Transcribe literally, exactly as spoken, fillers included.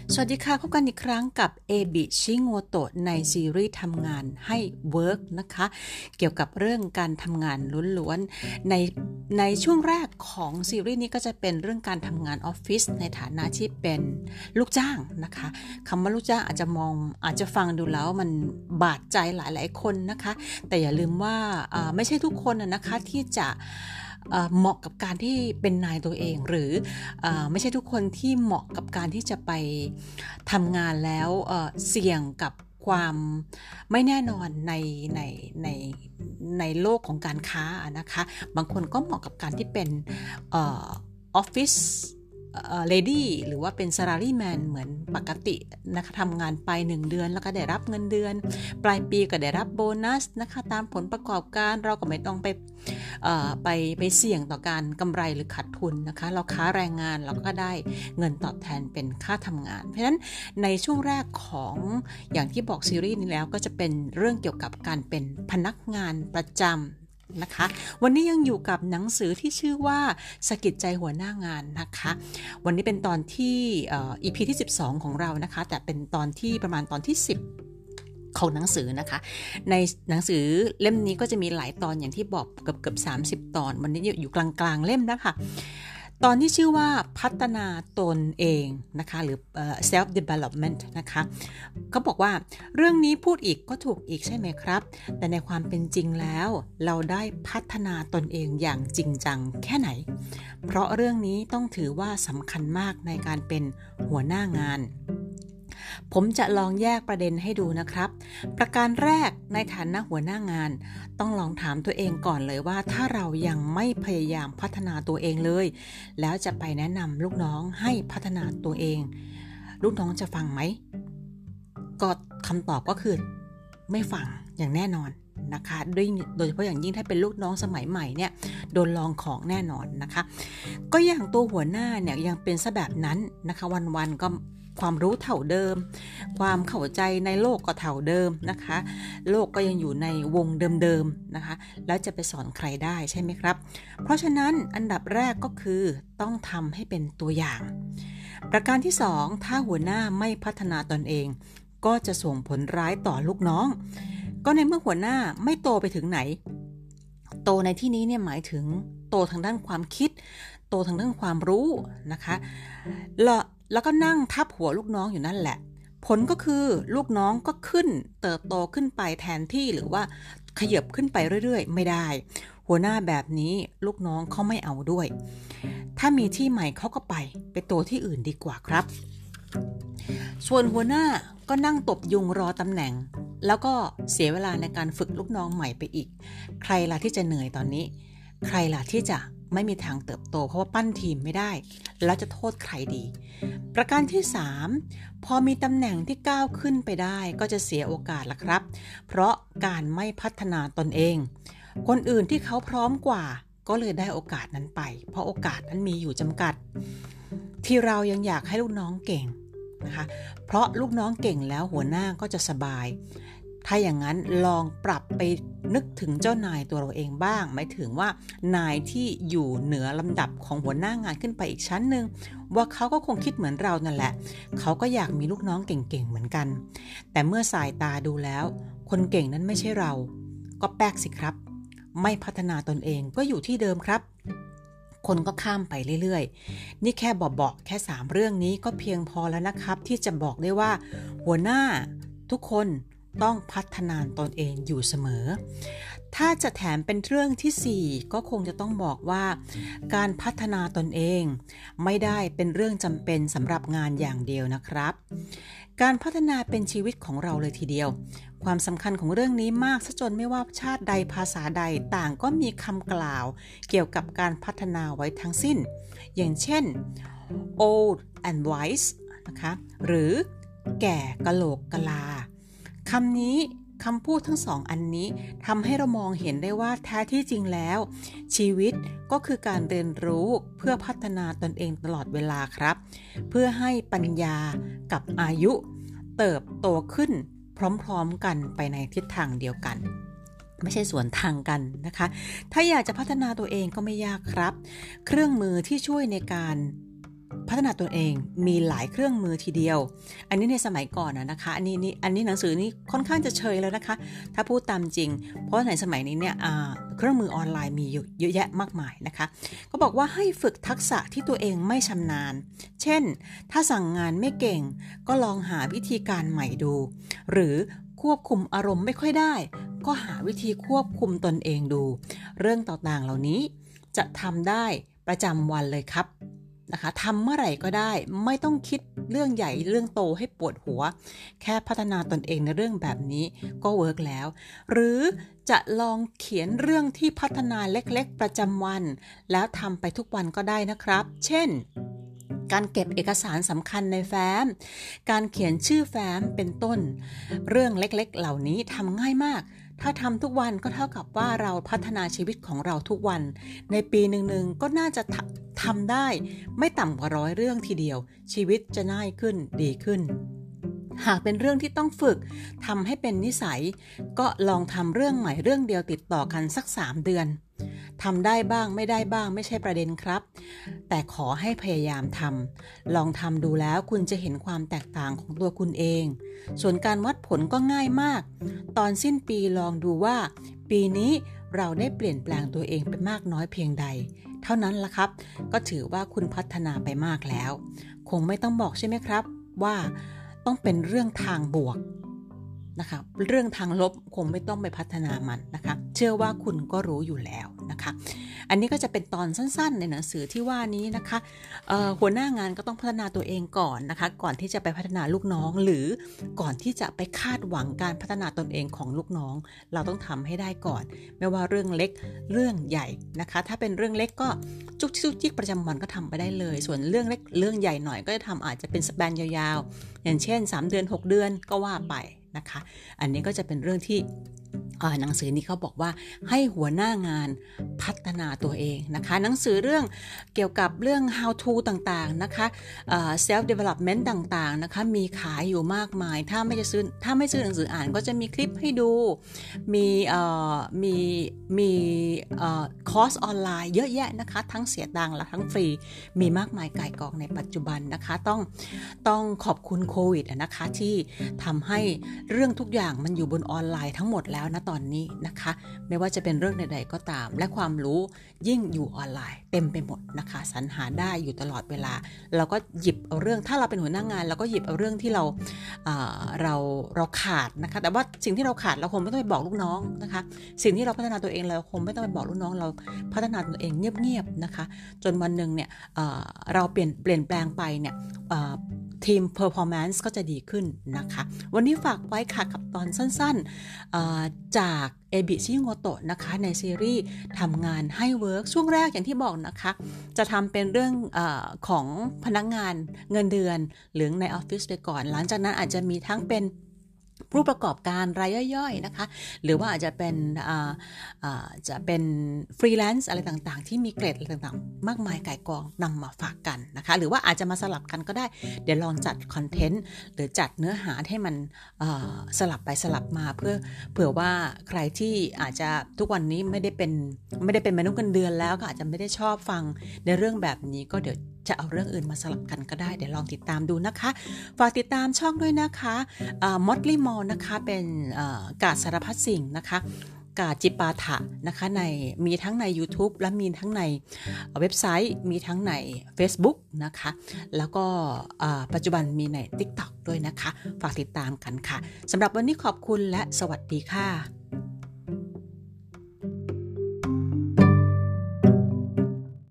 สวัสดีค่ะพบกันอีกครั้งกับเอบิชิโงโตะในซีรีส์ทำงานให้ Work นะคะเกี่ยวกับเรื่องการทำงานล้วนๆในในช่วงแรกของซีรีส์นี้ก็จะเป็นเรื่องการทำงานออฟฟิศในฐานะที่เป็นลูกจ้างนะคะคำว่าลูกจ้างอาจจะมองอาจจะฟังดูแล้วมันบาดใจหลายๆคนนะคะแต่อย่าลืมว่าไม่ใช่ทุกคนนะคะที่จะเหมาะกับการที่เป็นนายตัวเองหรือไม่ใช่ทุกคนที่เหมาะกับการที่จะไปทำงานแล้วเสี่ยงกับความไม่แน่นอนในในในในโลกของการค้านะคะบางคนก็เหมาะกับการที่เป็นออฟฟิศเลดี้หรือว่าเป็นซาลารีแมนเหมือนปกตินะคะทำงานไปหนึ่งเดือนแล้วก็ได้รับเงินเดือนปลายปีก็ได้รับโบนัสนะคะตามผลประกอบการเราก็ไม่ต้องไปไปไปเสี่ยงต่อการกำไรหรือขาดทุนนะคะเราค้าแรงงานเราก็ได้เงินตอบแทนเป็นค่าทำงานเพราะฉะนั้นในช่วงแรกของอย่างที่บอกซีรีส์นี้แล้วก็จะเป็นเรื่องเกี่ยวกับการเป็นพนักงานประจำนะคะวันนี้ยังอยู่กับหนังสือที่ชื่อว่าสะกิดใจหัวหน้างานนะคะวันนี้เป็นตอนที่ อี พี ที่สิบสองของเรานะคะแต่เป็นตอนที่ประมาณตอนที่สิบของหนังสือนะคะในหนังสือเล่มนี้ก็จะมีหลายตอนอย่างที่บอกเกือบเกือบสามสิบตอนวันนี้อยู่กลางๆเล่มนะคะตอนที่ชื่อว่าพัฒนาตนเองนะคะหรือ self development นะคะเขาบอกว่าเรื่องนี้พูดอีกก็ถูกอีกใช่ไหมครับแต่ในความเป็นจริงแล้วเราได้พัฒนาตนเองอย่างจริงจังแค่ไหนเพราะเรื่องนี้ต้องถือว่าสำคัญมากในการเป็นหัวหน้างานผมจะลองแยกประเด็นให้ดูนะครับประการแรกในฐานะหัวหน้างานต้องลองถามตัวเองก่อนเลยว่าถ้าเรายังไม่พยายามพัฒนาตัวเองเลยแล้วจะไปแนะนำลูกน้องให้พัฒนาตัวเองลูกน้องจะฟังไหมก็คำตอบก็คือไม่ฟังอย่างแน่นอนนะคะด้วยโดยเฉพาะอย่างยิ่งถ้าเป็นลูกน้องสมัยใหม่เนี่ยโดนลองของแน่นอนนะคะก็อย่างตัวหัวหน้าเนี่ยยังเป็นซะแบบนั้นนะคะวันๆก็ความรู้เท่าเดิมความเข้าใจในโลกก็เท่าเดิมนะคะโลกก็ยังอยู่ในวงเดิมๆนะคะแล้วจะไปสอนใครได้ใช่ไหมครับเพราะฉะนั้นอันดับแรกก็คือต้องทำให้เป็นตัวอย่างประการที่สองถ้าหัวหน้าไม่พัฒนาตนเองก็จะส่งผลร้ายต่อลูกน้องก็ในเมื่อหัวหน้าไม่โตไปถึงไหนโตในที่นี้เนี่ยหมายถึงโตทางด้านความคิดโตทางด้านความรู้นะคะแล้วแล้วก็นั่งทับหัวลูกน้องอยู่นั่นแหละผลก็คือลูกน้องก็ขึ้นเติบโตขึ้นไปแทนที่หรือว่าขยับขึ้นไปเรื่อยๆไม่ได้หัวหน้าแบบนี้ลูกน้องเขาไม่เอาด้วยถ้ามีที่ใหม่เขาก็ไปไปโตที่อื่นดีกว่าครับส่วนหัวหน้าก็นั่งตบยุงรอตำแหน่งแล้วก็เสียเวลาในการฝึกลูกน้องใหม่ไปอีกใครล่ะที่จะเหนื่อยตอนนี้ใครล่ะที่จะไม่มีทางเติบโตเพราะว่าปั้นทีมไม่ได้แล้วจะโทษใครดีประการที่สามพอมีตำแหน่งที่ก้าวขึ้นไปได้ก็จะเสียโอกาสละครับเพราะการไม่พัฒนาตนเองคนอื่นที่เขาพร้อมกว่าก็เลยได้โอกาสนั้นไปเพราะโอกาสนั้นมีอยู่จำกัดที่เรายังอยากให้ลูกน้องเก่งนะคะเพราะลูกน้องเก่งแล้วหัวหน้าก็จะสบายถ้าอย่างนั้นลองปรับไปนึกถึงเจ้านายตัวเราเองบ้างหมายถึงว่านายที่อยู่เหนือลำดับของหัวหน้างานขึ้นไปอีกชั้นหนึ่งว่าเขาก็คงคิดเหมือนเรานั่นแหละเขาก็อยากมีลูกน้องเก่งๆเหมือนกันแต่เมื่อสายตาดูแล้วคนเก่งนั้นไม่ใช่เราก็แปลกสิครับไม่พัฒนาตนเองก็อยู่ที่เดิมครับคนก็ข้ามไปเรื่อยๆนี่แค่บอกๆแค่สามเรื่องนี้ก็เพียงพอแล้วนะครับที่จะบอกได้ว่าหัวหน้าทุกคนต้องพัฒนาตนเองอยู่เสมอถ้าจะแถมเป็นเรื่องที่สี่ก็คงจะต้องบอกว่าการพัฒนาตนเองไม่ได้เป็นเรื่องจำเป็นสำหรับงานอย่างเดียวนะครับการพัฒนาเป็นชีวิตของเราเลยทีเดียวความสำคัญของเรื่องนี้มากซะจนไม่ว่าชาติใดภาษาใดต่างก็มีคำกล่าวเกี่ยวกับการพัฒนาไว้ทั้งสิ้นอย่างเช่น old and wise นะคะหรือแก่กะโหลกกะลาคำนี้คำพูดทั้งสองอันนี้ทำให้เรามองเห็นได้ว่าแท้ที่จริงแล้วชีวิตก็คือการเรียนรู้เพื่อพัฒนาตนเองตลอดเวลาครับเพื่อให้ปัญญากับอายุเติบโตขึ้นพร้อมๆกันไปในทิศทางเดียวกันไม่ใช่สวนทางกันนะคะถ้าอยากจะพัฒนาตัวเองก็ไม่ยากครับเครื่องมือที่ช่วยในการพัฒนาตัวเองมีหลายเครื่องมือทีเดียวอันนี้ในสมัยก่อนนะคะอันนี้นี่อันนี้หนังสือนี้ค่อนข้างจะเชยแล้วนะคะถ้าพูดตามจริงเพราะในสมัยนี้เนี่ยเครื่องมือออนไลน์มีอยู่เยอะแยะมากมายนะคะก็บอกว่าให้ฝึกทักษะที่ตัวเองไม่ชำนาญเช่นถ้าสั่งงานไม่เก่งก็ลองหาวิธีการใหม่ดูหรือควบคุมอารมณ์ไม่ค่อยได้ก็หาวิธีควบคุมตนเองดูเรื่องต่างๆเหล่านี้จะทำได้ประจำวันเลยครับนะคะทำเมื่อไหร่ก็ได้ไม่ต้องคิดเรื่องใหญ่เรื่องโตให้ปวดหัวแค่พัฒนาตนเองในเรื่องแบบนี้ก็เวิร์กแล้วหรือจะลองเขียนเรื่องที่พัฒนาเล็กๆประจำวันแล้วทำไปทุกวันก็ได้นะครับเช่นการเก็บเอกสารสำคัญในแฟ้มการเขียนชื่อแฟ้มเป็นต้นเรื่องเล็กๆเหล่านี้ทำง่ายมากถ้าทำทุกวันก็เท่ากับว่าเราพัฒนาชีวิตของเราทุกวันในปีหนึ่งๆก็น่าจะทำได้ไม่ต่ำกว่าร้อยเรื่องทีเดียวชีวิตจะง่ายขึ้นดีขึ้นหากเป็นเรื่องที่ต้องฝึกทำให้เป็นนิสัยก็ลองทำเรื่องใหม่เรื่องเดียวติดต่อกันสักสามเดือนทำได้บ้างไม่ได้บ้างไม่ใช่ประเด็นครับแต่ขอให้พยายามทำลองทำดูแล้วคุณจะเห็นความแตกต่างของตัวคุณเองส่วนการวัดผลก็ง่ายมากตอนสิ้นปีลองดูว่าปีนี้เราได้เปลี่ยนแปลงตัวเองไปมากน้อยเพียงใดเท่านั้นละครับก็ถือว่าคุณพัฒนาไปมากแล้วคงไม่ต้องบอกใช่ไหมครับว่าต้องเป็นเรื่องทางบวกนะคะเรื่องทางลบคงไม่ต้องไปพัฒนามันนะคะเชื่อว่าคุณก็รู้อยู่แล้วนะคะอันนี้ก็จะเป็นตอนสั้นๆในหนังสือที่ว่านี้นะคะหัวหน้างานก็ต้องพัฒนาตัวเองก่อนนะคะก่อนที่จะไปพัฒนาลูกน้องหรือก่อนที่จะไปคาดหวังการพัฒนาตนเองของลูกน้องเราต้องทำให้ได้ก่อนไม่ว่าเรื่องเล็กเรื่องใหญ่นะคะถ้าเป็นเรื่องเล็กก็จุกจิกจุกจิกประจำวันก็ทำไปได้เลยส่วนเรื่องเล็กเรื่องใหญ่หน่อยก็จะทำอาจจะเป็นสแปนยาวๆอย่างเช่นสามเดือนหกเดือนก็ว่าไปนะคะอันนี้ก็จะเป็นเรื่องที่หนังสือนี้เขาบอกว่าให้หัวหน้างานพัฒนาตัวเองนะคะหนังสือเรื่องเกี่ยวกับเรื่อง how to ต่างๆนะคะ self development ต่างๆนะคะมีขายอยู่มากมายถ้าไม่จะซื้อถ้าไม่ซื้อหนังสืออ่านก็จะมีคลิปให้ดูมีมีมีคอร์สออนไลน์เยอะแยะนะคะทั้งเสียตังค์และทั้งฟรีมีมากมายก่ายกองในปัจจุบันนะคะต้องต้องขอบคุณโควิดนะคะที่ทำให้เรื่องทุกอย่างมันอยู่บนออนไลน์ทั้งหมดแล้วนะตอนนี้นะคะไม่ว่าจะเป็นเรื่องใดๆก็ตามและความรู้ยิ่งอยู่ออนไลน์เต็มไปหมดนะคะสรรหาได้อยู่ตลอดเวลาเราก็หยิบเอาเรื่องถ้าเราเป็นหัวหน้างานเราก็หยิบเอาเรื่องที่เราเราเราขาดนะคะแต่ว่าสิ่งที่เราขาดเราคงไม่ต้องไปบอกลูกน้องนะคะสิ่งที่เราพัฒนาตัวเองเราคงไม่ต้องไปบอกลูกน้องเราพัฒนาตัวเองเงียบๆนะคะจนวันหนึ่งเนี่ยเราเปลี่ยนเปลี่ยนแปลงไปเนี่ยทีม performance ก็จะดีขึ้นนะคะวันนี้ฝากไว้ค่ะกับตอนสั้นๆจากเอบิชิโงโตะนะคะในซีรีส์ทำงานให้เวิร์กช่วงแรกอย่างที่บอกนะคะจะทำเป็นเรื่องเออของพนักงานเงินเดือนหรือในออฟฟิศไปก่อนหลังจากนั้นอาจจะมีทั้งเป็นผู้ประกอบการรายย่อยๆนะคะหรือว่าอาจจะเป็นจะเป็นฟรีแลนซ์อะไรต่างๆที่มีเกรดอะไรต่างๆมากมายก่ายกองนำมาฝากกันนะคะหรือว่าอาจจะมาสลับกันก็ได้เดี๋ยวลองจัดคอนเทนต์หรือจัดเนื้อหาให้มันสลับไปสลับมาเพื่อเผื่อว่าใครที่อาจจะทุกวันนี้ไม่ได้เป็นไม่ได้เป็นมนุษย์เงินเดือนแล้วก็อาจจะไม่ได้ชอบฟังในเรื่องแบบนี้ก็เดี๋ยวจะเอาเรื่องอื่นมาสลับกันก็ได้เดี๋ยวลองติดตามดูนะคะฝากติดตามช่องด้วยนะคะมอดลี่มอลนะคะเป็นกาดสารพัดสิ่งนะคะกาดจิปาถะนะคะในมีทั้งใน YouTube และมีทั้งในเว็บไซต์มีทั้งใน Facebook นะคะแล้วก็ปัจจุบันมีใน TikTok ด้วยนะคะฝากติดตามกันค่ะสำหรับวันนี้ขอบคุณและสวัสดีค่ะ